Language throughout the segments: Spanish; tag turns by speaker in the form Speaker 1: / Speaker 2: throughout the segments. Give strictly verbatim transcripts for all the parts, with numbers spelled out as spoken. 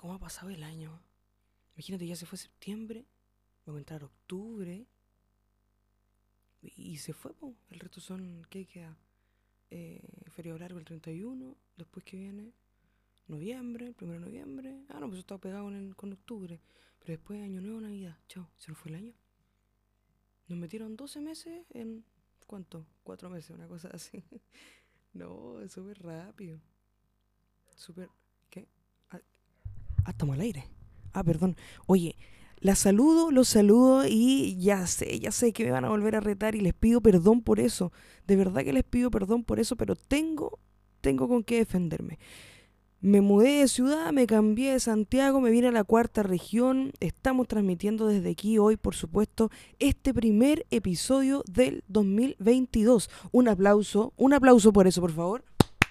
Speaker 1: cómo ha pasado el año. Imagínate, ya se fue septiembre, vamos a entrar a octubre, y se fue, po. El resto son, ¿qué queda? Eh, feriado largo el treinta y uno, después que viene noviembre, el primero de noviembre. Ah, no, pues está pegado con, el, con octubre. Pero después año nuevo, Navidad. Chao, se nos fue el año. Nos metieron doce meses en, ¿cuánto? Cuatro meses, una cosa así. No, es súper rápido. Súper, ¿qué? Ah, ah, estamos al aire. Ah, perdón. Oye, la saludo, los saludo y ya sé, ya sé que me van a volver a retar y les pido perdón por eso. De verdad que les pido perdón por eso, pero tengo, tengo con qué defenderme. Me mudé de ciudad, me cambié de Santiago, me vine a la cuarta región. Estamos transmitiendo desde aquí hoy, por supuesto, este primer episodio del dos mil veintidós. Un aplauso, un aplauso por eso, por favor.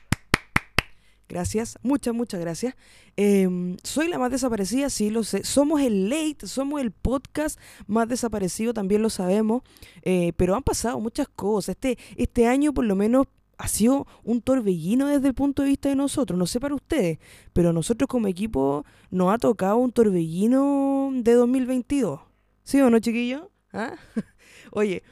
Speaker 1: Gracias, muchas, muchas gracias. Eh, soy la más desaparecida, sí lo sé. Somos el Late, somos el podcast más desaparecido, también lo sabemos. Eh, pero han pasado muchas cosas. Este, este año, por lo menos, ha sido un torbellino desde el punto de vista de nosotros. No sé para ustedes, pero a nosotros como equipo nos ha tocado un torbellino de dos mil veintidós. ¿Sí o no, chiquillos? ¿Ah? Oye,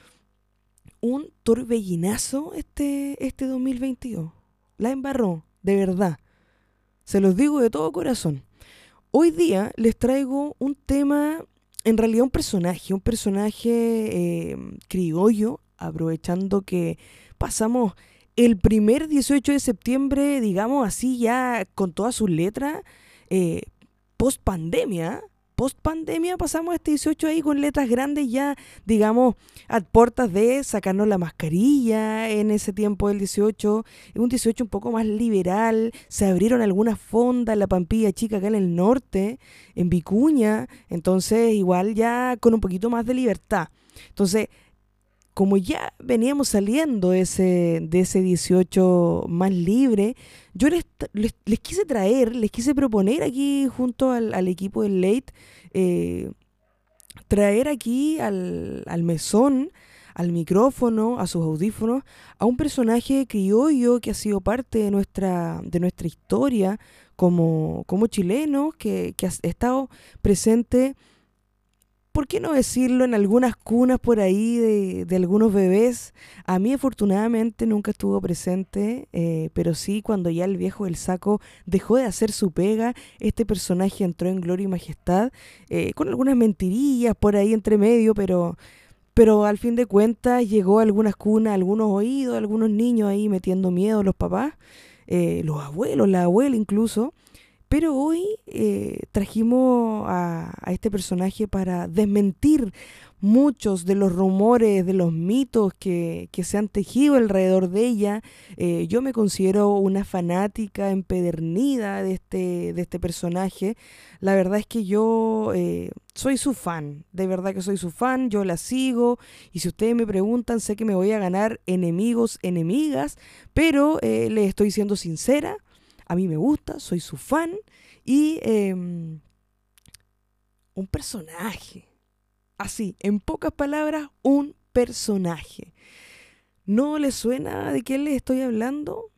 Speaker 1: un torbellinazo este, este dos mil veintidós. La embarró. De verdad, se los digo de todo corazón. Hoy día les traigo un tema, en realidad un personaje, un personaje eh, criollo, aprovechando que pasamos el primer dieciocho de septiembre, digamos así, ya con todas sus letras, eh, post pandemia. Post pandemia pasamos este dieciocho ahí con letras grandes ya, digamos, a puertas de sacarnos la mascarilla en ese tiempo del dieciocho. Un dieciocho un poco más liberal, se abrieron algunas fondas en la Pampilla Chica acá en el norte, en Vicuña, entonces igual ya con un poquito más de libertad. Entonces, como ya veníamos saliendo de ese, de ese dieciocho más libre, yo les, les, les quise traer, les quise proponer aquí junto al, al equipo del Late, eh, traer aquí al, al mesón, al micrófono, a sus audífonos, a un personaje criollo que ha sido parte de nuestra, de nuestra historia como, como chilenos, que, que ha estado presente. ¿Por qué no decirlo? En algunas cunas por ahí de, de algunos bebés. A mí afortunadamente nunca estuvo presente, eh, pero sí cuando ya el viejo del saco dejó de hacer su pega, este personaje entró en gloria y majestad, eh, con algunas mentirillas por ahí entre medio, pero, pero al fin de cuentas llegó a algunas cunas, a algunos oídos, a algunos niños ahí metiendo miedo a los papás, eh, los abuelos, la abuela incluso. Pero hoy eh, trajimos a, a este personaje para desmentir muchos de los rumores, de los mitos que, que se han tejido alrededor de ella. Eh, yo me considero una fanática empedernida de este, de este personaje. La verdad es que yo eh, soy su fan, de verdad que soy su fan, yo la sigo. Y si ustedes me preguntan, sé que me voy a ganar enemigos, enemigas, pero eh, les estoy siendo sincera. A mí me gusta, soy su fan y eh, un personaje. Así, en pocas palabras, un personaje. ¿No les suena de qué les estoy hablando?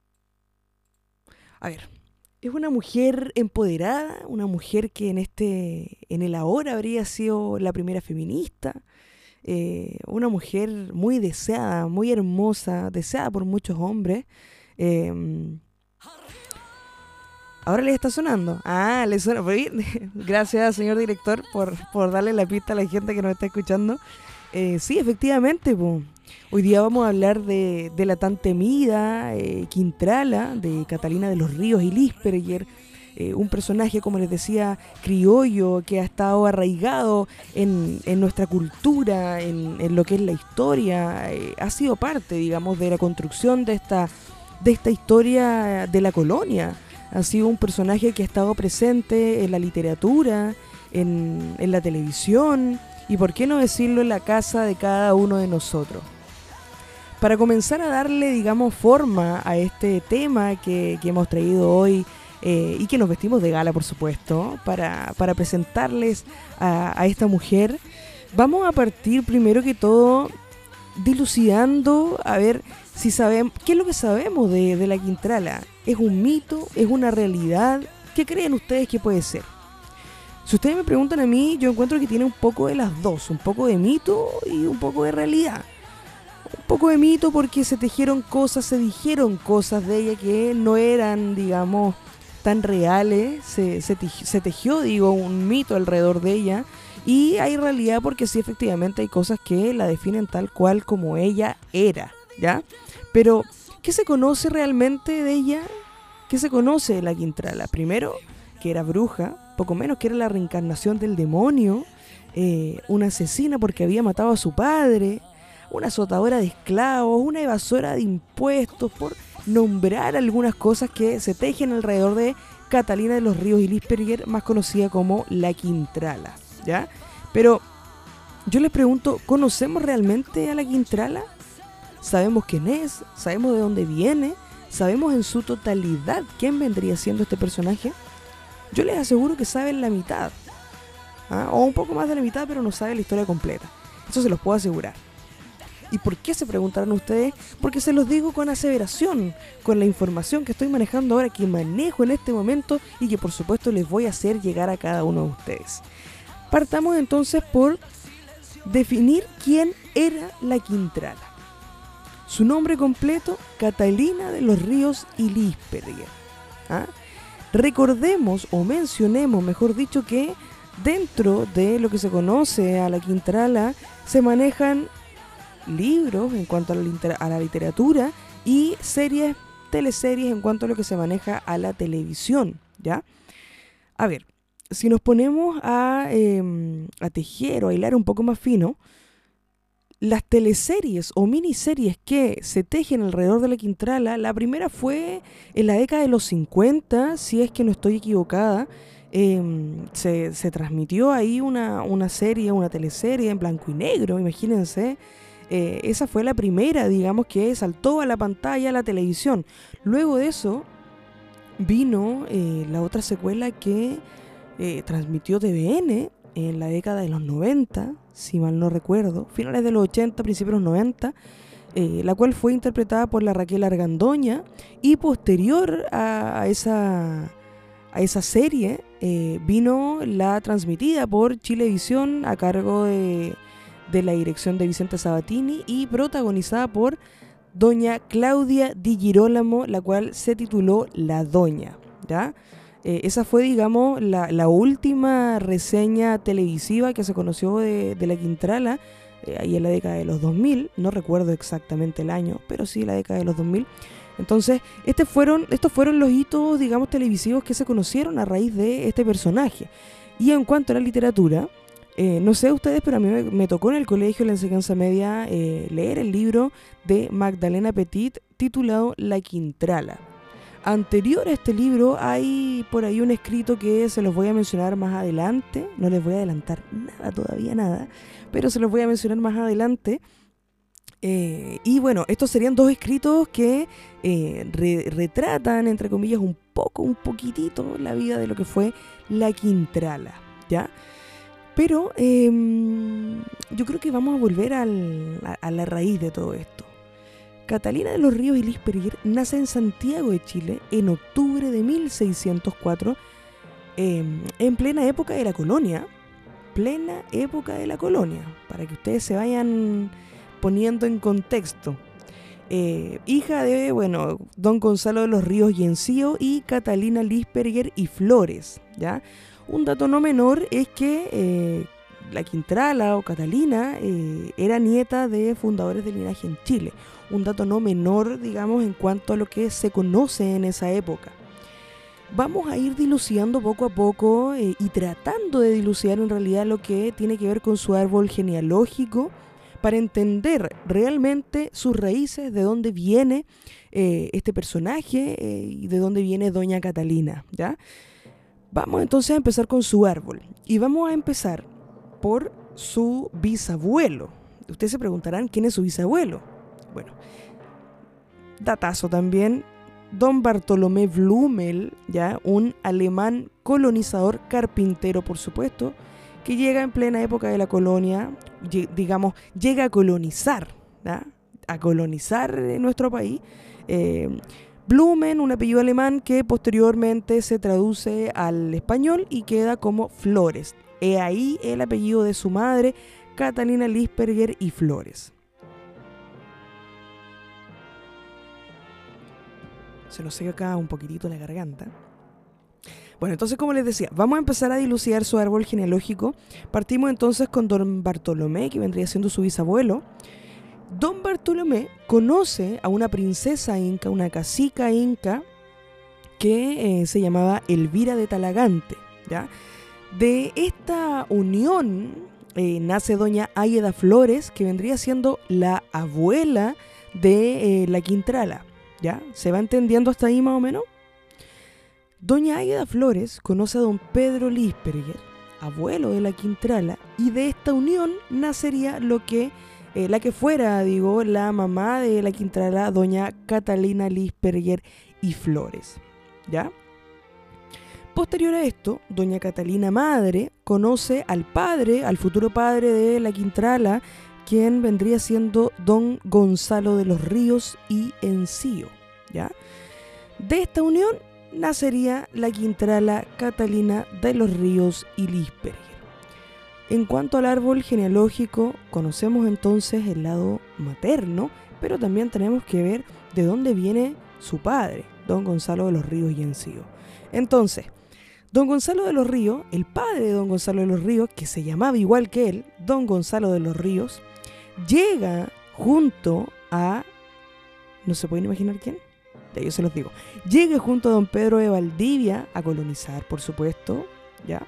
Speaker 1: A ver, es una mujer empoderada, una mujer que en este, en el ahora habría sido la primera feminista. Eh, una mujer muy deseada, muy hermosa, deseada por muchos hombres. Eh, Ahora les está sonando. Ah, les suena. Gracias, señor director, por, por darle la pista a la gente que nos está escuchando. Eh, sí, efectivamente, po. Hoy día vamos a hablar de, de la tan temida eh, Quintrala, de Catalina de los Ríos y Lisperger. Eh, un personaje, como les decía, criollo, que ha estado arraigado en, en nuestra cultura, en, en lo que es la historia. Eh, ha sido parte, digamos, de la construcción de esta, de esta historia de la colonia. Ha sido un personaje que ha estado presente en la literatura, en, en la televisión y, por qué no decirlo, en la casa de cada uno de nosotros. Para comenzar a darle, digamos, forma a este tema que, que hemos traído hoy eh, y que nos vestimos de gala, por supuesto, para, para presentarles a, a esta mujer, vamos a partir primero que todo dilucidando, a ver si sabemos, ¿qué es lo que sabemos de, de la Quintrala? ¿Es un mito? ¿Es una realidad? ¿Qué creen ustedes que puede ser? Si ustedes me preguntan a mí, yo encuentro que tiene un poco de las dos, un poco de mito y un poco de realidad. Un poco de mito porque se tejieron cosas, se dijeron cosas de ella que no eran, digamos, tan reales, se, se, tejió, se tejió, digo, un mito alrededor de ella. Y hay realidad porque sí, efectivamente hay cosas que la definen tal cual como ella era, ¿ya? Pero, ¿qué se conoce realmente de ella? ¿Qué se conoce de la Quintrala? Primero, que era bruja, poco menos que era la reencarnación del demonio, eh, una asesina porque había matado a su padre, una azotadora de esclavos, una evasora de impuestos, por nombrar algunas cosas que se tejen alrededor de Catalina de los Ríos y Lisperger, más conocida como la Quintrala, ¿ya? Pero yo les pregunto, ¿conocemos realmente a la Quintrala? ¿Sabemos quién es? ¿Sabemos de dónde viene? ¿Sabemos en su totalidad quién vendría siendo este personaje? Yo les aseguro que saben la mitad, ¿ah? O un poco más de la mitad, pero no saben la historia completa. Eso se los puedo asegurar. ¿Y por qué se preguntarán ustedes? Porque se los digo con aseveración, con la información que estoy manejando ahora, que manejo en este momento y que por supuesto les voy a hacer llegar a cada uno de ustedes. Partamos entonces por definir quién era la Quintrala. Su nombre completo, Catalina de los Ríos y Lisperger. ¿Ah? Recordemos o mencionemos, mejor dicho, que dentro de lo que se conoce a la Quintrala se manejan libros en cuanto a la, liter- a la literatura y series, teleseries en cuanto a lo que se maneja a la televisión, ¿ya? A ver, si nos ponemos a, eh, a tejer o a hilar un poco más fino, las teleseries o miniseries que se tejen alrededor de la Quintrala, la primera fue en la década de los cincuenta, si es que no estoy equivocada. Eh, se, se transmitió ahí una, una serie, una teleserie en blanco y negro, imagínense. Eh, esa fue la primera, digamos, que saltó a la pantalla, a la televisión. Luego de eso vino eh, la otra secuela que eh, transmitió T V N en la década de los noventa, si mal no recuerdo, finales de los ochenta, principios de los noventa, eh, la cual fue interpretada por la Raquel Argandoña, y posterior a, a, esa, a esa serie eh, vino la transmitida por Chilevisión a cargo de, de la dirección de Vicente Sabatini y protagonizada por doña Claudia Di Girolamo, la cual se tituló La Doña, ¿ya? Eh, esa fue, digamos, la, la última reseña televisiva que se conoció de, de la Quintrala, eh, ahí en la década de los dos mil, no recuerdo exactamente el año, pero sí la década de los dos mil. Entonces, este fueron, estos fueron los hitos, digamos, televisivos que se conocieron a raíz de este personaje. Y en cuanto a la literatura, eh, no sé ustedes, pero a mí me, me tocó en el colegio, en la enseñanza media, eh, leer el libro de Magdalena Petit titulado La Quintrala. Anterior a este libro hay por ahí un escrito que se los voy a mencionar más adelante, no les voy a adelantar nada, todavía nada, pero se los voy a mencionar más adelante. Eh, y bueno, estos serían dos escritos que eh, re- retratan, entre comillas, un poco, un poquitito la vida de lo que fue la Quintrala, ¿ya? Pero eh, yo creo que vamos a volver al, a, a la raíz de todo esto. Catalina de los Ríos y Lisperger nace en Santiago de Chile en octubre de mil seiscientos cuatro, eh, en plena época de la colonia, plena época de la colonia, para que ustedes se vayan poniendo en contexto. Eh, hija de, bueno, don Gonzalo de los Ríos y Encío y Catalina Lisperger y Flores, ¿ya? Un dato no menor es que eh, la Quintrala o Catalina eh, era nieta de fundadores del linaje en Chile. Un dato no menor, digamos, en cuanto a lo que se conoce en esa época. Vamos a ir dilucidando poco a poco eh, y tratando de dilucidar en realidad lo que tiene que ver con su árbol genealógico para entender realmente sus raíces, de dónde viene eh, este personaje eh, y de dónde viene doña Catalina, ¿ya? Vamos entonces a empezar con su árbol y vamos a empezar por su bisabuelo. Ustedes se preguntarán quién es su bisabuelo. Bueno, datazo también, don Bartolomé Blumel, ya, un alemán colonizador, carpintero por supuesto, que llega en plena época de la colonia, digamos, llega a colonizar, ¿ya? a colonizar nuestro país, eh, Blumen, un apellido alemán que posteriormente se traduce al español y queda como Flores. He ahí el apellido de su madre, Catalina Lisperger y Flores. Se lo seca acá un poquitito la garganta. Bueno, entonces, como les decía, vamos a empezar a dilucidar su árbol genealógico. Partimos entonces con don Bartolomé, que vendría siendo su bisabuelo. Don Bartolomé conoce a una princesa inca, una cacica inca, que eh, se llamaba Elvira de Talagante, ¿ya? De esta unión eh, nace doña Águeda Flores, que vendría siendo la abuela de eh, la Quintrala, ¿ya? ¿Se va entendiendo hasta ahí más o menos? Doña Águeda Flores conoce a don Pedro Lisperger, abuelo de la Quintrala, y de esta unión nacería lo que, eh, la que fuera, digo, la mamá de la Quintrala, doña Catalina Lisperger y Flores, ¿ya? Posterior a esto, doña Catalina madre conoce al padre, al futuro padre de la Quintrala, quien vendría siendo don Gonzalo de los Ríos y Encío, ¿ya? De esta unión nacería la Quintrala Catalina de los Ríos y Lisperger. En cuanto al árbol genealógico, conocemos entonces el lado materno, pero también tenemos que ver de dónde viene su padre, don Gonzalo de los Ríos y Encío. Entonces, don Gonzalo de los Ríos, el padre de don Gonzalo de los Ríos, que se llamaba igual que él, don Gonzalo de los Ríos, llega junto a... ¿no se pueden imaginar quién? Ya yo se los digo. Llega junto a don Pedro de Valdivia a colonizar, por supuesto, ¿ya?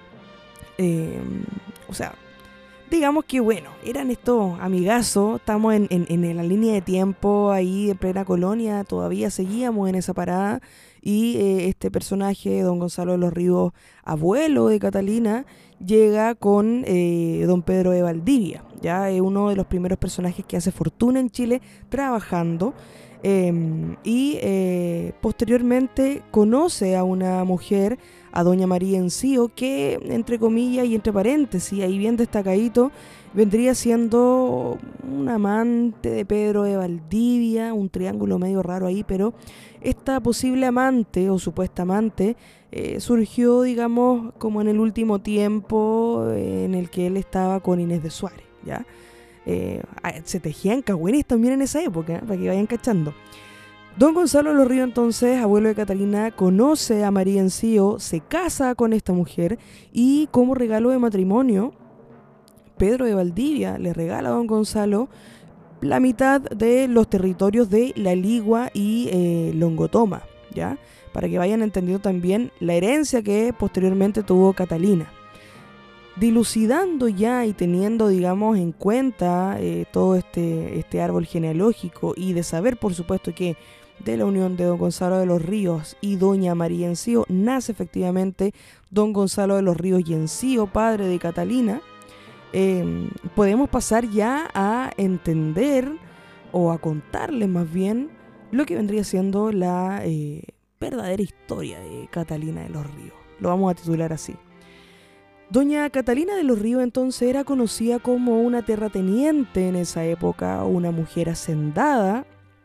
Speaker 1: Eh, o sea, digamos que bueno, eran estos amigazos, estamos en, en, en la línea de tiempo ahí en plena colonia, todavía seguíamos en esa parada y eh, este personaje, don Gonzalo de los Ríos, abuelo de Catalina, llega con eh, don Pedro de Valdivia, ya es uno de los primeros personajes que hace fortuna en Chile trabajando. Eh, y eh, posteriormente conoce a una mujer, a doña María Encío, que entre comillas y entre paréntesis, ahí bien destacadito, vendría siendo un amante de Pedro de Valdivia, un triángulo medio raro ahí, pero esta posible amante o supuesta amante eh, surgió, digamos, como en el último tiempo eh, en el que él estaba con Inés de Suárez, ¿ya? Eh, se tejían cagüines también en esa época, ¿eh? Para que vayan cachando. Don Gonzalo de los Ríos, entonces, abuelo de Catalina, conoce a María Encío, se casa con esta mujer y como regalo de matrimonio, Pedro de Valdivia le regala a don Gonzalo la mitad de los territorios de La Ligua y eh, Longotoma, ¿ya? Para que vayan entendiendo también la herencia que posteriormente tuvo Catalina. Dilucidando ya y teniendo, digamos, en cuenta eh, todo este, este árbol genealógico y de saber, por supuesto, que de la unión de don Gonzalo de los Ríos y doña María Encío nace efectivamente don Gonzalo de los Ríos y Encío, padre de Catalina, eh, podemos pasar ya a entender o a contarles más bien lo que vendría siendo la eh, verdadera historia de Catalina de los Ríos. Lo vamos a titular así. Doña Catalina de los Ríos entonces era conocida como una terrateniente en esa época, una mujer hacendada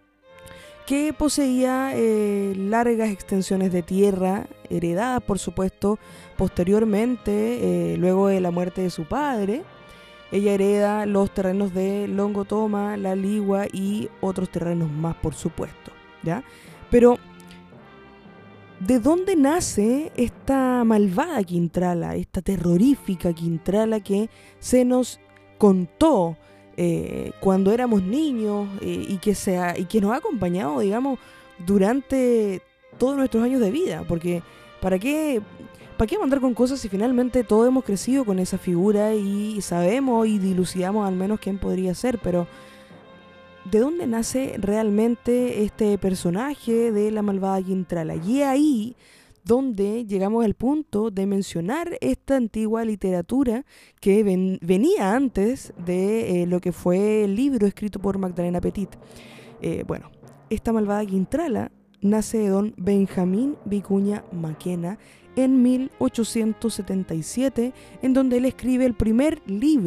Speaker 1: que poseía eh, largas extensiones de tierra, heredadas por supuesto posteriormente, eh, luego de la muerte de su padre. Ella hereda los terrenos de Longotoma, La Ligua y otros terrenos más, por supuesto, ¿ya? Pero ¿de dónde nace esta malvada Quintrala, esta terrorífica Quintrala que se nos contó eh, cuando éramos niños eh, y, que se ha, y que nos ha acompañado, digamos, durante todos nuestros años de vida? Porque ¿para qué, para qué andar con cosas si finalmente todos hemos crecido con esa figura y sabemos y dilucidamos al menos quién podría ser? Pero ¿de dónde nace realmente este personaje de la malvada Quintrala? Y es ahí donde llegamos al punto de mencionar esta antigua literatura que ven, venía antes de eh, lo que fue el libro escrito por Magdalena Petit. Eh, bueno, esta malvada Quintrala nace de don Benjamín Vicuña Maquena en mil ochocientos setenta y siete, en donde él escribe el primer libro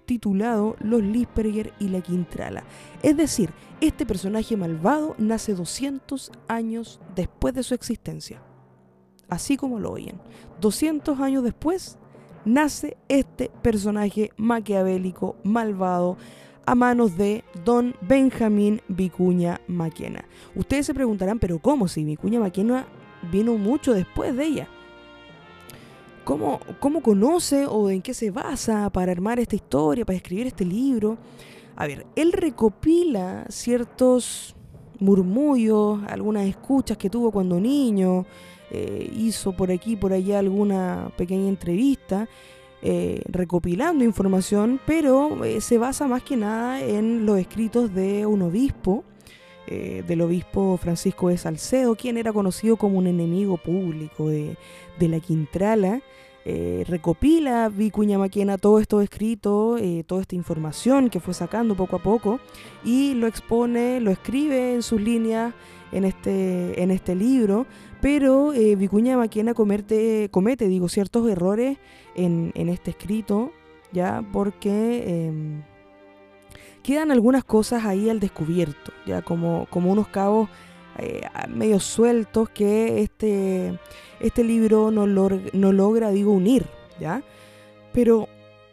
Speaker 1: titulado Los Lisperger y la Quintrala. Es decir, este personaje malvado nace doscientos años después de su existencia. Así como lo oyen. doscientos años después nace este personaje maquiavélico, malvado, a manos de don Benjamín Vicuña Maquena. Ustedes se preguntarán, ¿pero cómo? Si Vicuña Maquena vino mucho después de ella. ¿Cómo, ¿Cómo conoce o en qué se basa para armar esta historia, para escribir este libro? A ver, él recopila ciertos murmullos, algunas escuchas que tuvo cuando niño, eh, hizo por aquí, por allá alguna pequeña entrevista, eh, recopilando información, pero eh, se basa más que nada en los escritos de un obispo, eh, del obispo Francisco de Salcedo, quien era conocido como un enemigo público de, de la Quintrala. Eh, recopila Vicuña Maquena todo esto escrito, eh, toda esta información que fue sacando poco a poco y lo expone, lo escribe en sus líneas en este, en este libro, pero eh, Vicuña Maquena comete, comete digo, ciertos errores en, en este escrito, ya porque eh, quedan algunas cosas ahí al descubierto, ya como, como unos cabos eh, medio sueltos que este, este libro no, log- no logra, digo, unir, ¿ya? Pero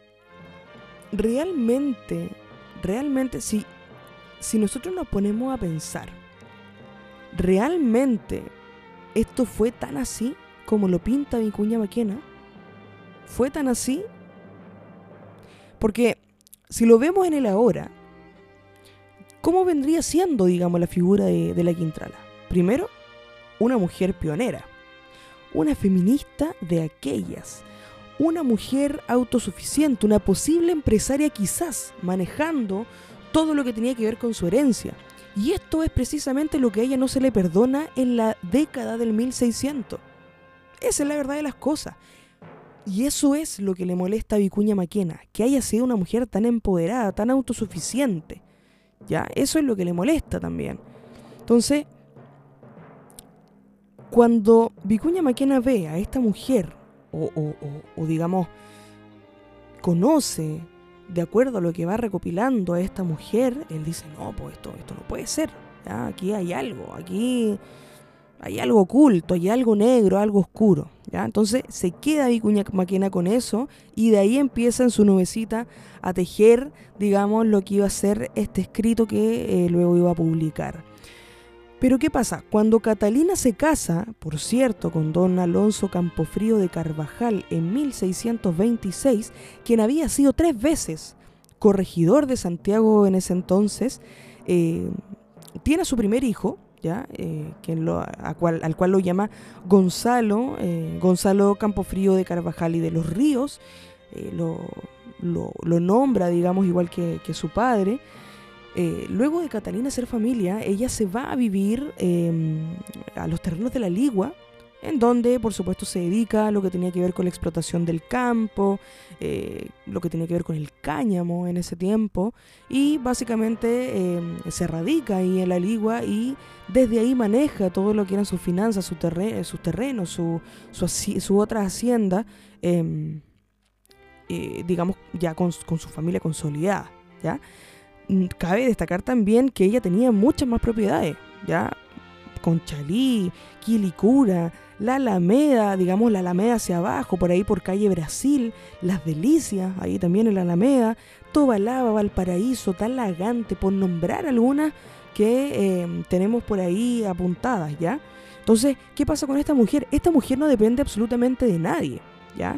Speaker 1: realmente, realmente, si, si nosotros nos ponemos a pensar, ¿realmente esto fue tan así como lo pinta Vicuña Maquena? ¿Fue tan así? Porque si lo vemos en el ahora, ¿cómo vendría siendo, digamos, la figura de, de la Quintrala? Primero, una mujer pionera, una feminista de aquellas, una mujer autosuficiente, una posible empresaria quizás, manejando todo lo que tenía que ver con su herencia. Y esto es precisamente lo que a ella no se le perdona en la década del mil seiscientos. Esa es la verdad de las cosas. Y eso es lo que le molesta a Vicuña Maquena, que haya sido una mujer tan empoderada, tan autosuficiente. ¿Ya? Eso es lo que le molesta también. Entonces, cuando Vicuña Maquena ve a esta mujer, o, o, o, o digamos, conoce, de acuerdo a lo que va recopilando a esta mujer, él dice, no, pues esto, esto no puede ser. ¿Ya? Aquí hay algo, aquí hay algo oculto, hay algo negro, algo oscuro. ¿Ya? Entonces se queda Vicuña Maquena con eso y de ahí empieza en su nubecita a tejer, digamos, lo que iba a ser este escrito que eh, luego iba a publicar. Pero ¿qué pasa? Cuando Catalina se casa, por cierto, con don Alonso Campofrío de Carvajal en mil seiscientos veintiséis, quien había sido tres veces corregidor de Santiago en ese entonces, eh, tiene a su primer hijo, ¿ya? Eh, quien lo, a cual, al cual lo llama Gonzalo, eh, Gonzalo Campofrío de Carvajal y de los Ríos, eh, lo, lo, lo nombra, digamos, igual que, que su padre. Eh, luego de Catalina ser familia, ella se va a vivir eh, a los terrenos de la Ligua, en donde, por supuesto, se dedica a lo que tenía que ver con la explotación del campo, eh, lo que tenía que ver con el cáñamo en ese tiempo, y básicamente eh, se radica ahí en la Ligua y desde ahí maneja todo lo que eran sus finanzas, su terre- sus terrenos, su, su, su otra hacienda, eh, eh, digamos, ya con, con su familia consolidada, ¿ya? Cabe destacar también que ella tenía muchas más propiedades, ¿ya? Conchalí, Quilicura, la Alameda, digamos la Alameda hacia abajo, por ahí por calle Brasil, Las Delicias, ahí también en la Alameda, Tobalaba, Valparaíso, Talagante, por nombrar algunas que eh, tenemos por ahí apuntadas, ¿ya? Entonces, ¿qué pasa con esta mujer? Esta mujer no depende absolutamente de nadie, ¿ya?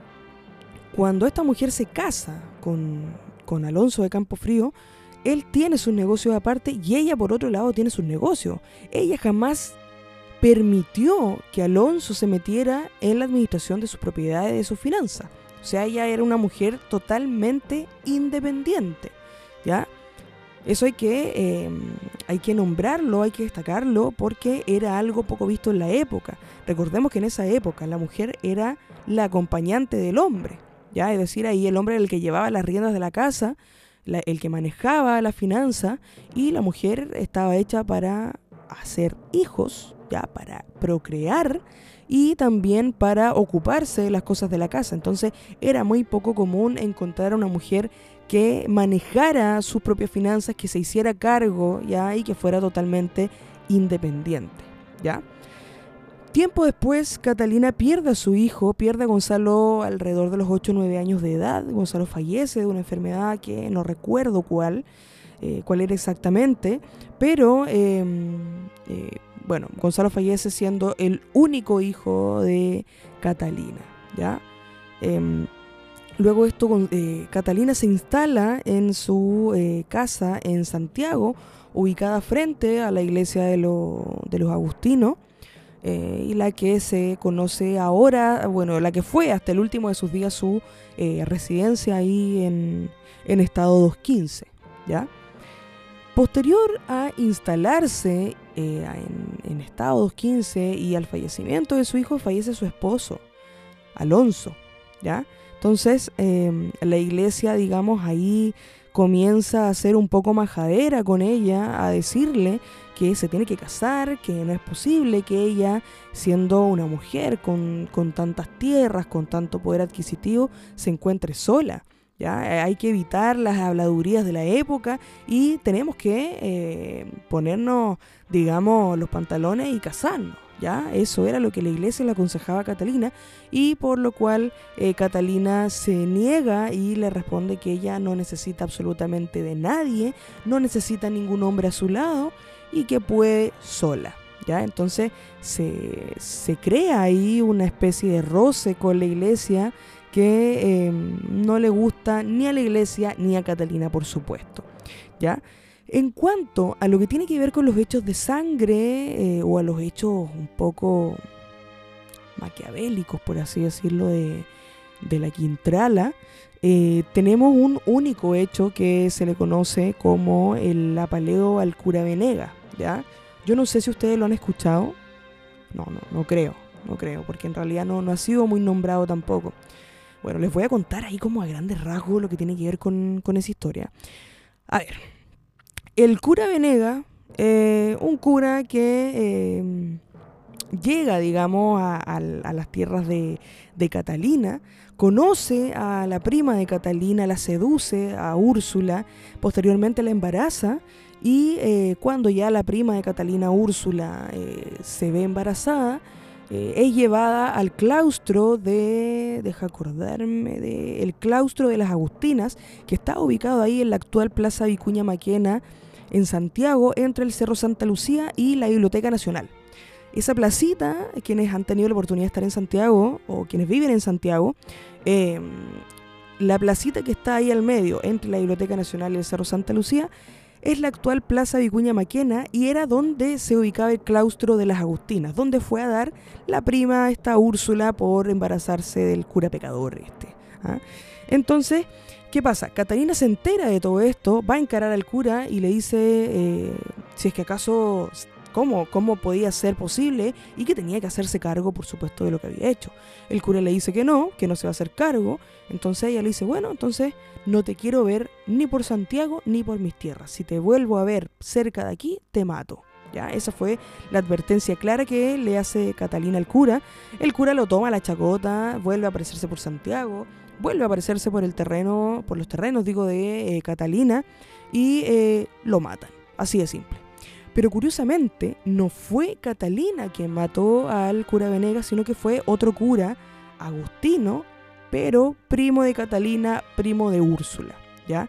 Speaker 1: Cuando esta mujer se casa con, con Alonso de Campofrío, él tiene sus negocios aparte y ella por otro lado tiene sus negocios. Ella jamás permitió que Alonso se metiera en la administración de sus propiedades y de sus finanzas. O sea, ella era una mujer totalmente independiente, ¿ya? Eso hay que, eh, hay que nombrarlo, hay que destacarlo porque era algo poco visto en la época. Recordemos que en esa época la mujer era la acompañante del hombre, ¿ya? Es decir, ahí el hombre era el que llevaba las riendas de la casa, la, el que manejaba la finanza, y la mujer estaba hecha para hacer hijos, ya, para procrear y también para ocuparse de las cosas de la casa. Entonces era muy poco común encontrar a una mujer que manejara sus propias finanzas, que se hiciera cargo, ¿ya? Y que fuera totalmente independiente, ¿ya? Tiempo después, Catalina pierde a su hijo, pierde a Gonzalo alrededor de los ocho o nueve años de edad. Gonzalo fallece de una enfermedad que no recuerdo cuál, eh, cuál era exactamente, pero eh, eh, bueno, Gonzalo fallece siendo el único hijo de Catalina, ¿ya? Eh, luego esto, eh, Catalina se instala en su eh, casa en Santiago, ubicada frente a la iglesia de, lo, de los agustinos, Eh, y la que se conoce ahora, bueno, la que fue hasta el último de sus días su eh, residencia ahí en, en Estado doscientos quince, ¿ya? Posterior a instalarse eh, en, en Estado doscientos quince y al fallecimiento de su hijo, fallece su esposo, Alonso, ¿ya? Entonces, eh, la iglesia, digamos, ahí comienza a ser un poco majadera con ella, a decirle que se tiene que casar, que no es posible que ella, siendo una mujer con, con tantas tierras, con tanto poder adquisitivo, se encuentre sola, ¿ya? Hay que evitar las habladurías de la época y tenemos que eh, ponernos, digamos, los pantalones y casarnos, ¿ya? Eso era lo que la iglesia le aconsejaba a Catalina, y por lo cual eh, Catalina se niega y le responde que ella no necesita absolutamente de nadie, no necesita ningún hombre a su lado y que puede sola, ¿ya? Entonces se, se crea ahí una especie de roce con la iglesia que eh, no le gusta ni a la iglesia ni a Catalina, por supuesto, ¿ya? En cuanto a lo que tiene que ver con los hechos de sangre eh, o a los hechos un poco maquiavélicos, por así decirlo, de, de la Quintrala, eh, tenemos un único hecho que se le conoce como el apaleo al cura Venegas, ¿ya? Yo no sé si ustedes lo han escuchado, no, no, no creo, no creo, porque en realidad no, no ha sido muy nombrado tampoco. Bueno, les voy a contar ahí como a grandes rasgos lo que tiene que ver con, con esa historia. A ver, el cura Venegas, eh, un cura que eh, llega, digamos, a, a, a las tierras de, de Catalina, conoce a la prima de Catalina, la seduce a Úrsula, posteriormente la embaraza, y eh, cuando ya la prima de Catalina, Úrsula, eh, se ve embarazada, eh, es llevada al claustro de, deja acordarme, de, el claustro de las Agustinas, que está ubicado ahí en la actual Plaza Vicuña Maquena, en Santiago, entre el Cerro Santa Lucía y la Biblioteca Nacional. Esa placita, quienes han tenido la oportunidad de estar en Santiago, o quienes viven en Santiago, eh, la placita que está ahí al medio, entre la Biblioteca Nacional y el Cerro Santa Lucía, es la actual Plaza Vicuña Maquena, y era donde se ubicaba el claustro de las Agustinas, donde fue a dar la prima, esta Úrsula, por embarazarse del cura pecador este, ¿ah? Entonces, ¿qué pasa? Catalina se entera de todo esto, va a encarar al cura y le dice eh, si es que acaso, ¿cómo, cómo podía ser posible, y que tenía que hacerse cargo, por supuesto, de lo que había hecho. El cura le dice que no, que no se va a hacer cargo. Entonces ella le dice, bueno, entonces no te quiero ver ni por Santiago ni por mis tierras. Si te vuelvo a ver cerca de aquí, te mato. Ya, esa fue la advertencia clara que le hace Catalina al cura. El cura lo toma a la chacota, vuelve a aparecerse por Santiago, vuelve a aparecerse por el terreno, por los terrenos, digo, de eh, Catalina, y eh, lo matan. Así de simple. Pero curiosamente, no fue Catalina quien mató al cura Venegas, sino que fue otro cura, agustino, pero primo de Catalina, primo de Úrsula, ¿ya?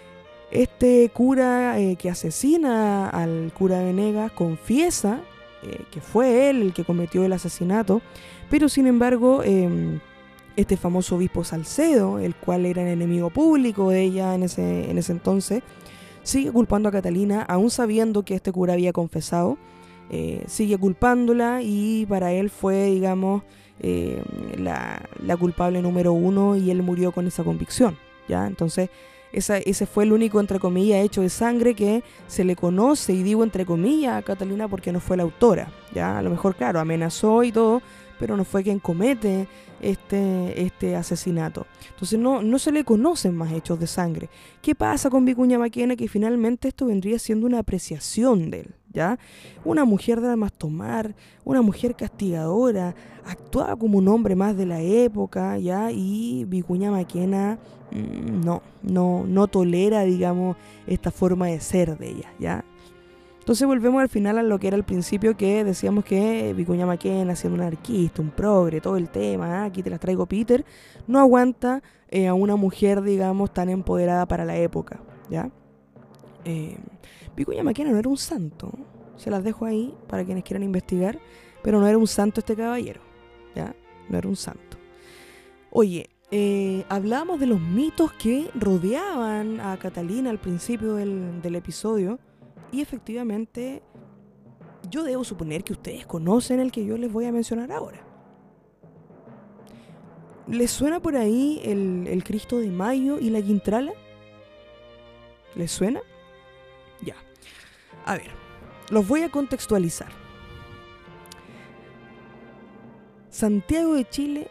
Speaker 1: Este cura eh, que asesina al cura Venegas confiesa eh, que fue él el que cometió el asesinato, pero sin embargo, eh, este famoso obispo Salcedo, el cual era el enemigo público de ella en ese, en ese entonces, sigue culpando a Catalina, aún sabiendo que este cura había confesado, eh, sigue culpándola, y para él fue, digamos, eh, la, la culpable número uno, y él murió con esa convicción, ¿ya? Entonces, esa, ese fue el único, entre comillas, hecho de sangre que se le conoce, y digo entre comillas a Catalina porque no fue la autora, ¿ya? A lo mejor, claro, amenazó y todo, pero no fue quien comete este, este asesinato. Entonces no, no se le conocen más hechos de sangre. ¿Qué pasa con Vicuña Maquena? Que finalmente esto vendría siendo una apreciación de él, ¿ya? Una mujer de armas tomar, una mujer castigadora, actuaba como un hombre más de la época, ¿ya? Y Vicuña Maquena mmm, no, no, no tolera, digamos, esta forma de ser de ella, ¿ya? Entonces volvemos al final a lo que era al principio, que decíamos que Vicuña Maquena, siendo un anarquista, un progre, todo el tema, ¿eh? Aquí te las traigo Peter, no aguanta eh, a una mujer, digamos, tan empoderada para la época, ¿ya? Eh, Vicuña Maquena no era un santo, se las dejo ahí para quienes quieran investigar, pero no era un santo este caballero, ¿ya? No era un santo. Oye, eh, hablábamos de los mitos que rodeaban a Catalina al principio del, del episodio. Y efectivamente, yo debo suponer que ustedes conocen el que yo les voy a mencionar ahora. ¿Les suena por ahí el, el Cristo de Mayo y la Quintrala? ¿Les suena? Ya. A ver, los voy a contextualizar. Santiago de Chile,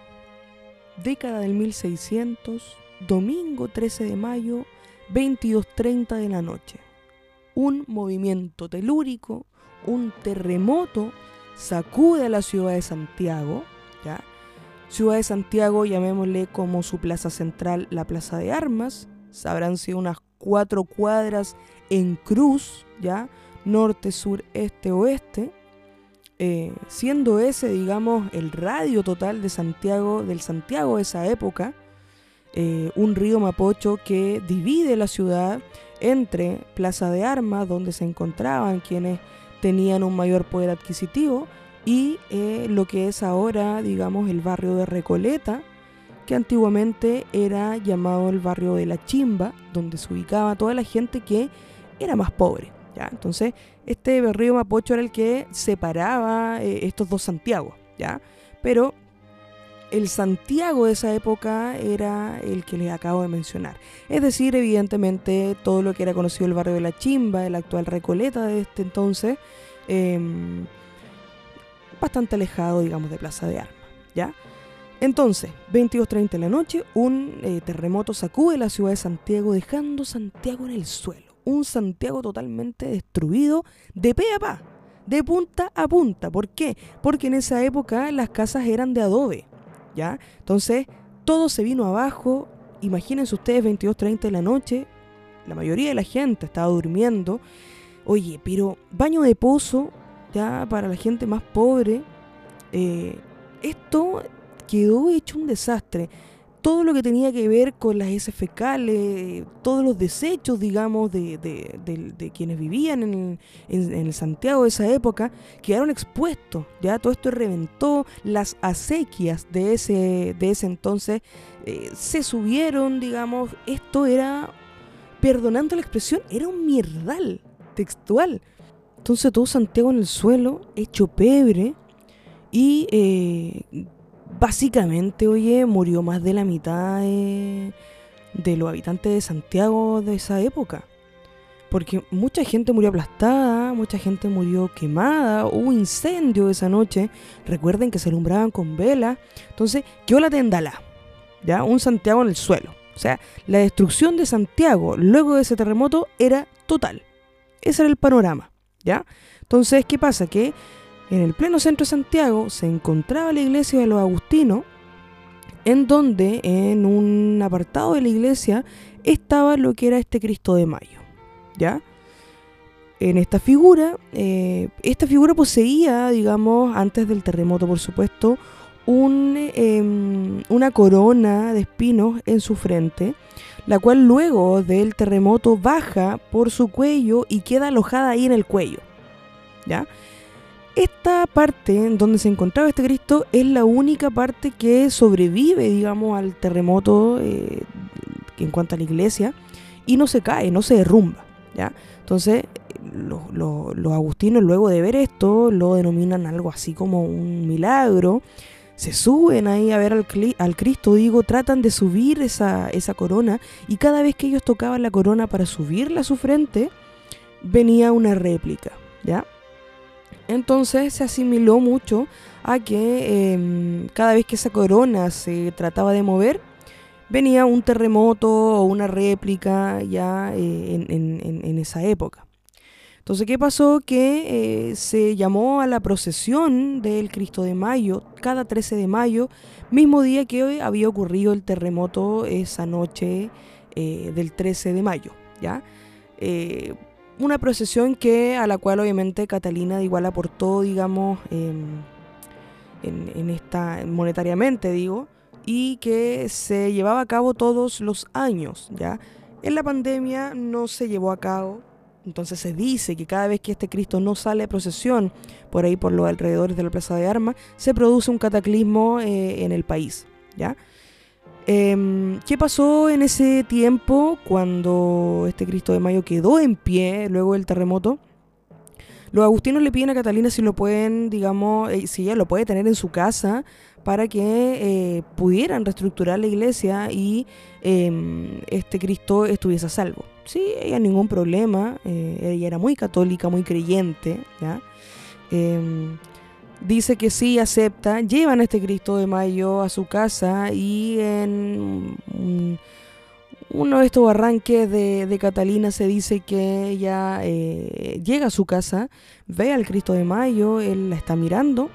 Speaker 1: década del mil seiscientos, domingo trece de mayo, veintidós treinta de la noche. Un movimiento telúrico, un terremoto, sacude a la ciudad de Santiago, ¿ya? Ciudad de Santiago, llamémosle como su plaza central, la Plaza de Armas, sabrán sido unas cuatro cuadras en cruz, ¿ya? Norte, sur, este, oeste, eh, siendo ese, digamos, el radio total de Santiago, del Santiago de esa época, eh, un río Mapocho que divide la ciudad entre Plaza de Armas, donde se encontraban quienes tenían un mayor poder adquisitivo, y eh, lo que es ahora, digamos, el barrio de Recoleta, que antiguamente era llamado el barrio de La Chimba, donde se ubicaba toda la gente que era más pobre, ¿ya? Entonces, este río Mapocho era el que separaba eh, estos dos Santiagos, ¿ya? Pero el Santiago de esa época era el que les acabo de mencionar. Es decir, evidentemente, todo lo que era conocido el barrio de La Chimba, el actual Recoleta de este entonces, eh, bastante alejado, digamos, de Plaza de Armas, ¿ya? Entonces, veintidós treinta de la noche, un eh, terremoto sacude la ciudad de Santiago, dejando Santiago en el suelo. Un Santiago totalmente destruido de pe a pa, de punta a punta. ¿Por qué? Porque en esa época las casas eran de adobe, ¿ya? Entonces, todo se vino abajo. Imagínense ustedes, veintidós treinta de la noche, la mayoría de la gente estaba durmiendo. Oye, pero baño de pozo, ya, para la gente más pobre. Eh, esto quedó hecho un desastre. Todo lo que tenía que ver con las heces fecales, todos los desechos, digamos, de, de, de, de quienes vivían en el, en, en el Santiago de esa época, quedaron expuestos, ¿ya? Todo esto reventó, las acequias de ese, de ese entonces eh, se subieron, digamos. Esto era, perdonando la expresión, era un mierdal textual. Entonces todo Santiago en el suelo, hecho pebre, y eh, básicamente, oye, murió más de la mitad de, de los habitantes de Santiago de esa época. Porque mucha gente murió aplastada, mucha gente murió quemada, hubo incendio esa noche. Recuerden que se alumbraban con velas. Entonces, quedó la tendalá, ¿ya? Un Santiago en el suelo. O sea, la destrucción de Santiago luego de ese terremoto era total. Ese era el panorama, ¿ya? Entonces, ¿qué pasa? Que en el pleno centro de Santiago se encontraba la iglesia de los agustinos, en donde en un apartado de la iglesia estaba lo que era este Cristo de Mayo, ¿ya? En esta figura, eh, esta figura poseía, digamos, antes del terremoto, por supuesto, un, eh, una corona de espinos en su frente, la cual luego del terremoto baja por su cuello y queda alojada ahí en el cuello, ¿ya? Esta parte en donde se encontraba este Cristo es la única parte que sobrevive, digamos, al terremoto eh, en cuanto a la iglesia, y no se cae, no se derrumba, ¿ya? Entonces, lo, lo, los agustinos, luego de ver esto, lo denominan algo así como un milagro. Se suben ahí a ver al, al Cristo, digo, tratan de subir esa, esa corona, y cada vez que ellos tocaban la corona para subirla a su frente, venía una réplica, ¿ya? Entonces se asimiló mucho a que eh, cada vez que esa corona se trataba de mover, venía un terremoto o una réplica ya eh, en, en, en, en esa época. Entonces, ¿qué pasó? Que eh, se llamó a la procesión del Cristo de Mayo cada trece de mayo, mismo día que hoy había ocurrido el terremoto esa noche eh, del trece de mayo, ¿ya? Eh, una procesión que a la cual obviamente Catalina de igual aportó, digamos, eh, en, en esta monetariamente, digo, y que se llevaba a cabo todos los años, ¿ya? En la pandemia no se llevó a cabo. Entonces se dice que cada vez que este Cristo no sale a procesión por ahí por los alrededores de la Plaza de Armas, se produce un cataclismo eh, en el país, ¿ya? Eh, ¿Qué pasó en ese tiempo cuando este Cristo de Mayo quedó en pie luego del terremoto? Los agustinos le piden a Catalina si lo pueden, digamos, eh, si ella lo puede tener en su casa para que eh, pudieran reestructurar la iglesia y eh, este Cristo estuviese a salvo. Sí, ella ningún problema, eh, ella era muy católica, muy creyente, ¿ya? Eh, dice que sí, acepta, llevan a este Cristo de Mayo a su casa y en un, uno de estos arranques de, de Catalina se dice que ella eh, llega a su casa, ve al Cristo de Mayo, él la está mirando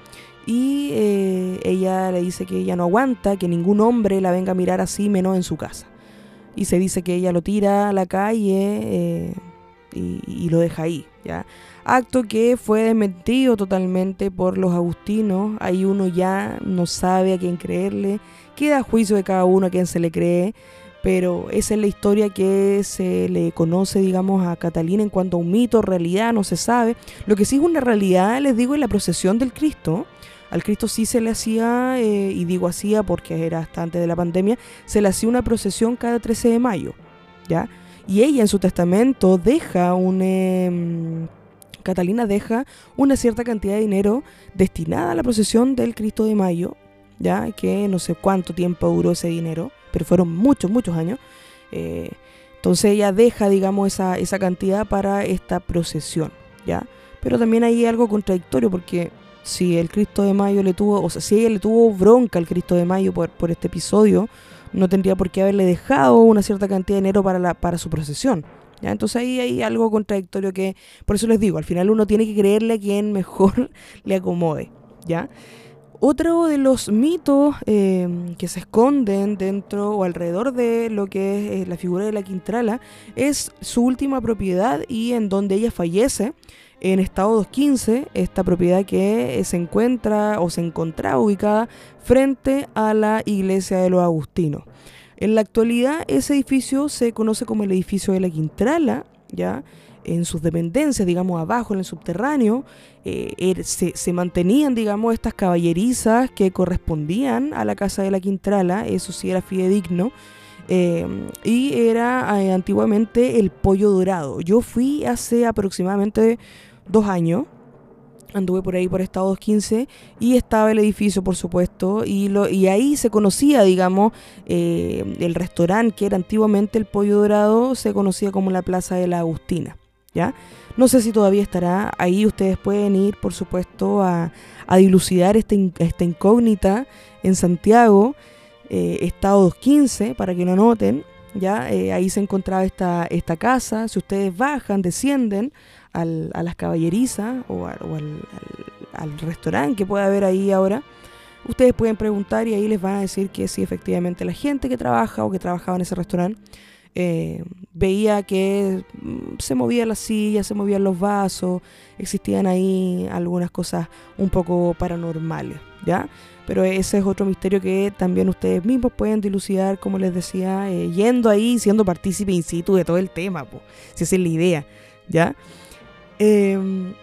Speaker 1: y eh, ella le dice que ella no aguanta, que ningún hombre la venga a mirar así menos en su casa. Y se dice que ella lo tira a la calle eh, y, y lo deja ahí, ¿ya? Acto que fue desmentido totalmente por los agustinos. Ahí uno ya no sabe a quién creerle, queda a juicio de cada uno a quién se le cree, pero esa es la historia que se le conoce, digamos, a Catalina en cuanto a un mito, realidad, no se sabe. Lo que sí es una realidad, les digo, es la procesión del Cristo. Al Cristo sí se le hacía, eh, y digo hacía porque era hasta antes de la pandemia, se le hacía una procesión cada trece de mayo, ¿ya? Y ella en su testamento deja un... Eh, Catalina deja una cierta cantidad de dinero destinada a la procesión del Cristo de Mayo, ya que no sé cuánto tiempo duró ese dinero, pero fueron muchos, muchos años. Eh, entonces ella deja, digamos, esa, esa cantidad para esta procesión, ¿ya? Pero también hay algo contradictorio porque si el Cristo de Mayo le tuvo, o sea, si ella le tuvo bronca al Cristo de Mayo por, por este episodio, no tendría por qué haberle dejado una cierta cantidad de dinero para, la, para su procesión, ¿ya? Entonces ahí hay algo contradictorio que, por eso les digo, al final uno tiene que creerle a quien mejor le acomode, ¿ya? Otro de los mitos eh, que se esconden dentro o alrededor de lo que es eh, la figura de la Quintrala es su última propiedad y en donde ella fallece en estado doscientos quince, esta propiedad que se encuentra o se encontraba ubicada frente a la iglesia de los agustinos. En la actualidad ese edificio se conoce como el edificio de la Quintrala, ¿ya? En sus dependencias, digamos, abajo en el subterráneo, eh, er, se, se mantenían, digamos, estas caballerizas que correspondían a la casa de la Quintrala, eso sí era fidedigno, eh, y era eh, antiguamente el Pollo Dorado. Yo fui hace aproximadamente dos años, anduve por ahí por estado doscientos quince y estaba el edificio, por supuesto, y, lo, y ahí se conocía, digamos, eh, el restaurante que era antiguamente el Pollo Dorado, se conocía como la Plaza de la Agustina, ¿ya? No sé si todavía estará ahí, ustedes pueden ir, por supuesto, a, a dilucidar esta, esta incógnita en Santiago, eh, estado doscientos quince, para que lo noten, ¿ya? Eh, ahí se encontraba esta, esta casa, si ustedes bajan, descienden al, a las caballerizas o, a, o al, al, al restaurante que puede haber ahí ahora, ustedes pueden preguntar y ahí les van a decir que sí, efectivamente la gente que trabaja o que trabajaba en ese restaurante eh, veía que se movían las sillas, se movían los vasos, existían ahí algunas cosas un poco paranormales, ¿ya? Pero ese es otro misterio que también ustedes mismos pueden dilucidar, como les decía, eh, yendo ahí, siendo partícipe in situ de todo el tema, po, si esa es la idea, ¿ya? Eh,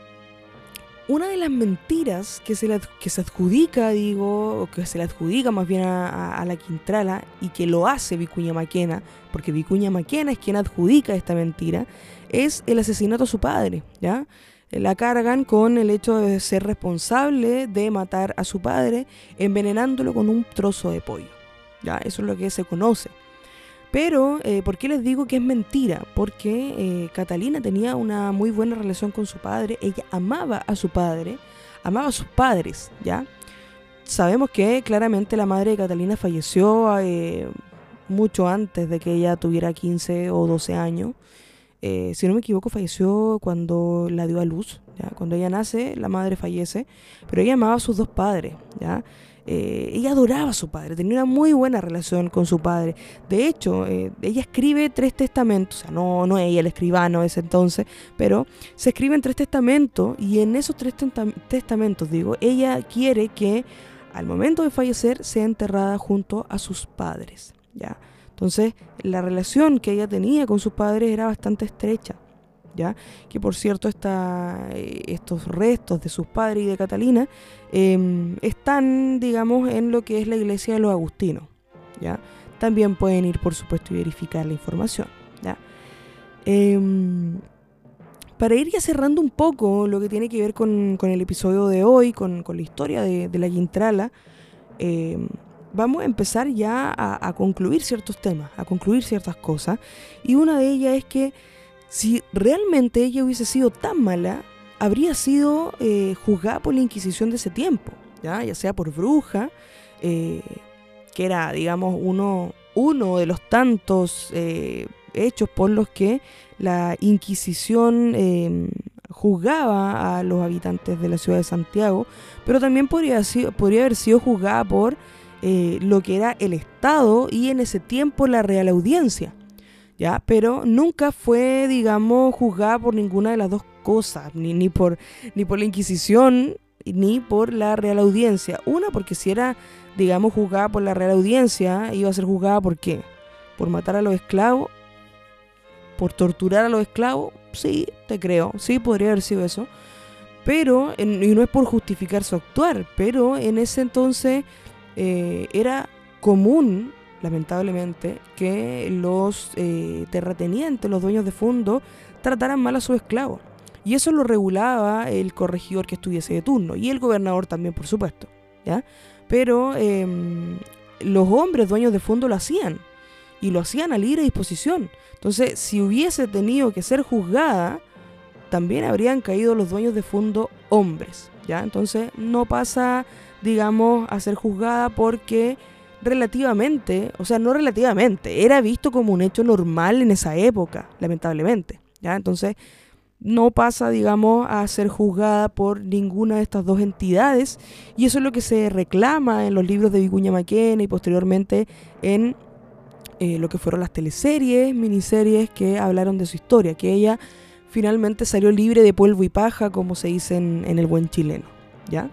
Speaker 1: una de las mentiras que se, le, que se adjudica, digo, o que se le adjudica más bien a, a, a la Quintrala y que lo hace Vicuña Maquena, porque Vicuña Maquena es quien adjudica esta mentira, es el asesinato a su padre, ¿ya? La cargan con el hecho de ser responsable de matar a su padre envenenándolo con un trozo de pollo, ¿ya? Eso es lo que se conoce. Pero, eh, ¿por qué les digo que es mentira? Porque eh, Catalina tenía una muy buena relación con su padre, ella amaba a su padre, amaba a sus padres, ¿ya? Sabemos que claramente la madre de Catalina falleció eh, mucho antes de que ella tuviera quince o doce años. Eh, si no me equivoco, falleció cuando la dio a luz, ¿ya? Cuando ella nace, la madre fallece, pero ella amaba a sus dos padres, ¿ya? Eh, ella adoraba a su padre, tenía una muy buena relación con su padre. De hecho, eh, ella escribe tres testamentos, o sea, no, no ella, el escribano ese entonces, pero se escriben tres testamentos y en esos tres tenta- testamentos, digo, ella quiere que al momento de fallecer sea enterrada junto a sus padres, ¿ya? Entonces, la relación que ella tenía con sus padres era bastante estrecha, ¿ya? Que por cierto, esta, eh, estos restos de sus padres y de Catalina eh, están, digamos, en lo que es la iglesia de los agustinos, ¿ya? También pueden ir, por supuesto, y verificar la información, ¿ya? Eh, para ir ya cerrando un poco lo que tiene que ver con, con el episodio de hoy, con, con la historia de, de la Quintrala, eh, vamos a empezar ya a, a concluir ciertos temas, a concluir ciertas cosas. Y una de ellas es que si realmente ella hubiese sido tan mala, habría sido eh, juzgada por la Inquisición de ese tiempo, ya, ya sea por bruja, eh, que era, digamos, uno, uno de los tantos eh, hechos por los que la Inquisición eh, juzgaba a los habitantes de la ciudad de Santiago, pero también podría, podría haber sido juzgada por eh, lo que era el Estado y en ese tiempo la Real Audiencia, ¿ya? Pero nunca fue, digamos, juzgada por ninguna de las dos cosas, ni, ni, por, ni por la Inquisición ni por la Real Audiencia. Una, porque si era, digamos, juzgada por la Real Audiencia, iba a ser juzgada ¿por qué? ¿Por matar a los esclavos? ¿Por torturar a los esclavos? Sí, te creo, sí, podría haber sido eso. Pero, en, y no es por justificar su actuar, pero en ese entonces eh, era común, lamentablemente, que los eh, terratenientes, los dueños de fondo, trataran mal a sus esclavos. Y eso lo regulaba el corregidor que estuviese de turno, y el gobernador también, por supuesto, ¿ya? Pero eh, los hombres dueños de fondo lo hacían, y lo hacían a libre disposición. Entonces, si hubiese tenido que ser juzgada, también habrían caído los dueños de fondo hombres, ¿ya? Entonces, no pasa, digamos, a ser juzgada porque relativamente, o sea, no relativamente, era visto como un hecho normal en esa época, lamentablemente, ¿ya? Entonces, no pasa, digamos, a ser juzgada por ninguna de estas dos entidades, y eso es lo que se reclama en los libros de Vicuña Maquena y posteriormente en eh, lo que fueron las teleseries, miniseries que hablaron de su historia, que ella finalmente salió libre de polvo y paja, como se dice en, en el buen chileno, ¿ya?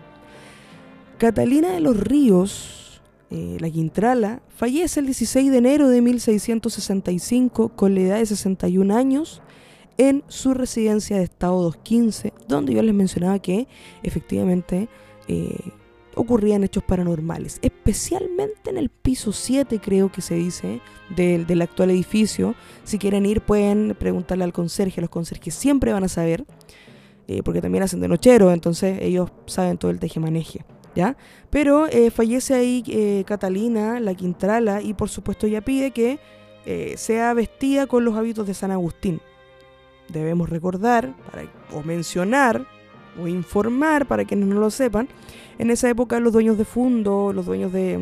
Speaker 1: Catalina de los Ríos, eh, la Quintrala, fallece el dieciséis de enero de mil seiscientos sesenta y cinco con la edad de sesenta y un años en su residencia de Estado doscientos quince, donde yo les mencionaba que efectivamente eh, ocurrían hechos paranormales, especialmente en el piso siete, creo que se dice, del, del actual edificio. Si quieren ir pueden preguntarle al conserje, los conserjes siempre van a saber, eh, porque también hacen de nochero, entonces ellos saben todo el tejemaneje, ¿ya? Pero eh, fallece ahí eh, Catalina, la Quintrala, y por supuesto ella pide que eh, sea vestida con los hábitos de San Agustín. Debemos recordar, para, o mencionar, o informar para quienes no lo sepan, en esa época los dueños de fondo, los dueños de,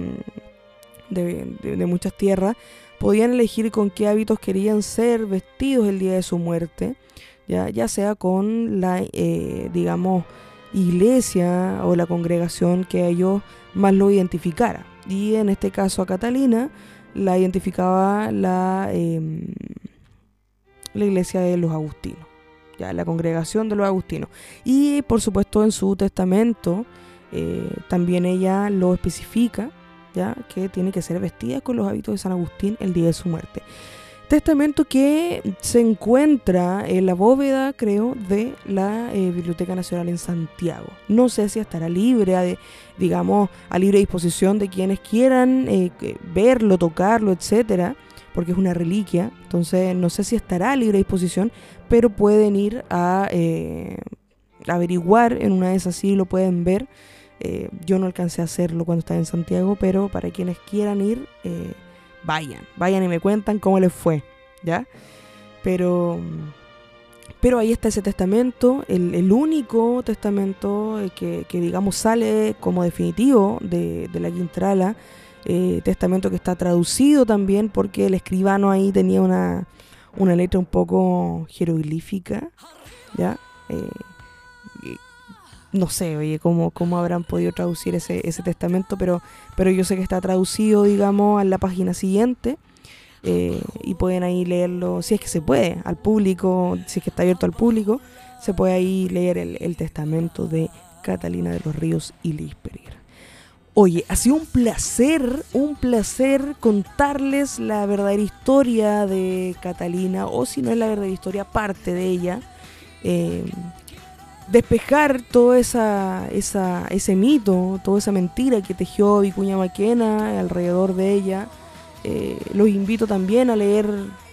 Speaker 1: de, de, de muchas tierras, podían elegir con qué hábitos querían ser vestidos el día de su muerte, ya, ya sea con la, eh, digamos, iglesia o la congregación que a ellos más lo identificara. Y en este caso a Catalina la identificaba la, eh, la iglesia de los agustinos, ya, la congregación de los agustinos. Y por supuesto en su testamento eh, también ella lo especifica, ya, que tiene que ser vestida con los hábitos de San Agustín el día de su muerte. Testamento que se encuentra en la bóveda, creo, de la eh, Biblioteca Nacional en Santiago. No sé si estará libre, a de, digamos, a libre disposición de quienes quieran eh, verlo, tocarlo, etcétera, porque es una reliquia. Entonces no sé si estará a libre disposición, pero pueden ir a eh, averiguar, en una de esas sí lo pueden ver. Eh, yo no alcancé a hacerlo cuando estaba en Santiago, pero para quienes quieran ir, eh, vayan, vayan y me cuentan cómo les fue, ¿ya? Pero, pero ahí está ese testamento, el, el único testamento que, que digamos sale como definitivo de, de la Quintrala, eh, testamento que está traducido también porque el escribano ahí tenía una, una letra un poco jeroglífica, ¿ya? Eh, no sé, oye, cómo, cómo habrán podido traducir ese, ese testamento, pero, pero yo sé que está traducido, digamos, a la página siguiente, eh, y pueden ahí leerlo, si es que se puede, al público, si es que está abierto al público, se puede ahí leer el, el testamento de Catalina de los Ríos y Liz Pereira. Oye, ha sido un placer, un placer contarles la verdadera historia de Catalina, o si no es la verdadera historia, parte de ella, eh, despejar todo esa, esa, ese mito, toda esa mentira que tejió Vicuña Maquena alrededor de ella. Eh, los invito también a leer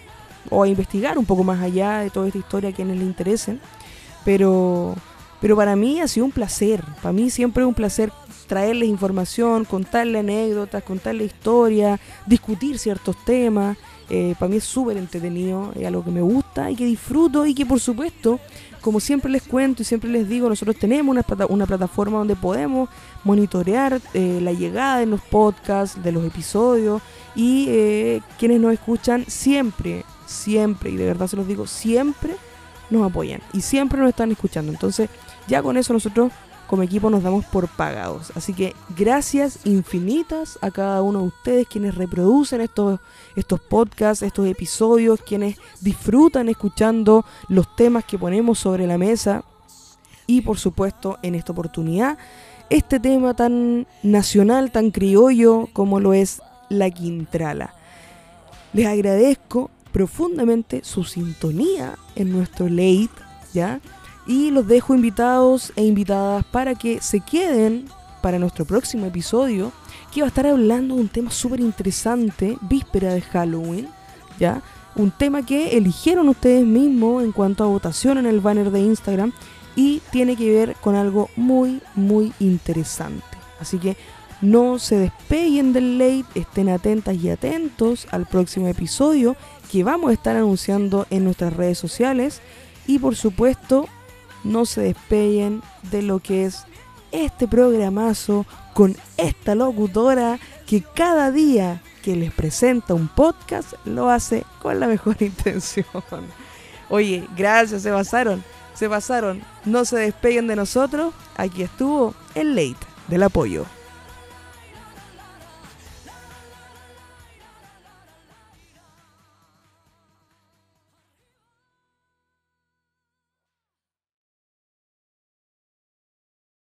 Speaker 1: o a investigar un poco más allá de toda esta historia a quienes les interesen, pero, pero para mí ha sido un placer, para mí siempre es un placer traerles información, contarles anécdotas, contarles historias, discutir ciertos temas. Eh, para mí es súper entretenido, es algo que me gusta y que disfruto, y que por supuesto, como siempre les cuento y siempre les digo, nosotros tenemos una, plata- una plataforma donde podemos monitorear eh, la llegada de los podcasts, de los episodios, y eh, quienes nos escuchan siempre, siempre, y de verdad se los digo, siempre nos apoyan y siempre nos están escuchando. Entonces ya con eso nosotros como equipo nos damos por pagados. Así que gracias infinitas a cada uno de ustedes quienes reproducen estos, estos podcasts, estos episodios, quienes disfrutan escuchando los temas que ponemos sobre la mesa. Y por supuesto, en esta oportunidad, este tema tan nacional, tan criollo como lo es la Quintrala. Les agradezco profundamente su sintonía en nuestro late, ¿ya? Y los dejo invitados e invitadas para que se queden para nuestro próximo episodio, que va a estar hablando de un tema súper interesante, víspera de Halloween, ¿ya? Un tema que eligieron ustedes mismos en cuanto a votación en el banner de Instagram, y tiene que ver con algo muy, muy interesante. Así que no se despeguen del late, estén atentas y atentos al próximo episodio que vamos a estar anunciando en nuestras redes sociales, y por supuesto, no se despeguen de lo que es este programazo con esta locutora que cada día que les presenta un podcast lo hace con la mejor intención. Oye, gracias, se pasaron, se pasaron. No se despeguen de nosotros. Aquí estuvo el late del apoyo.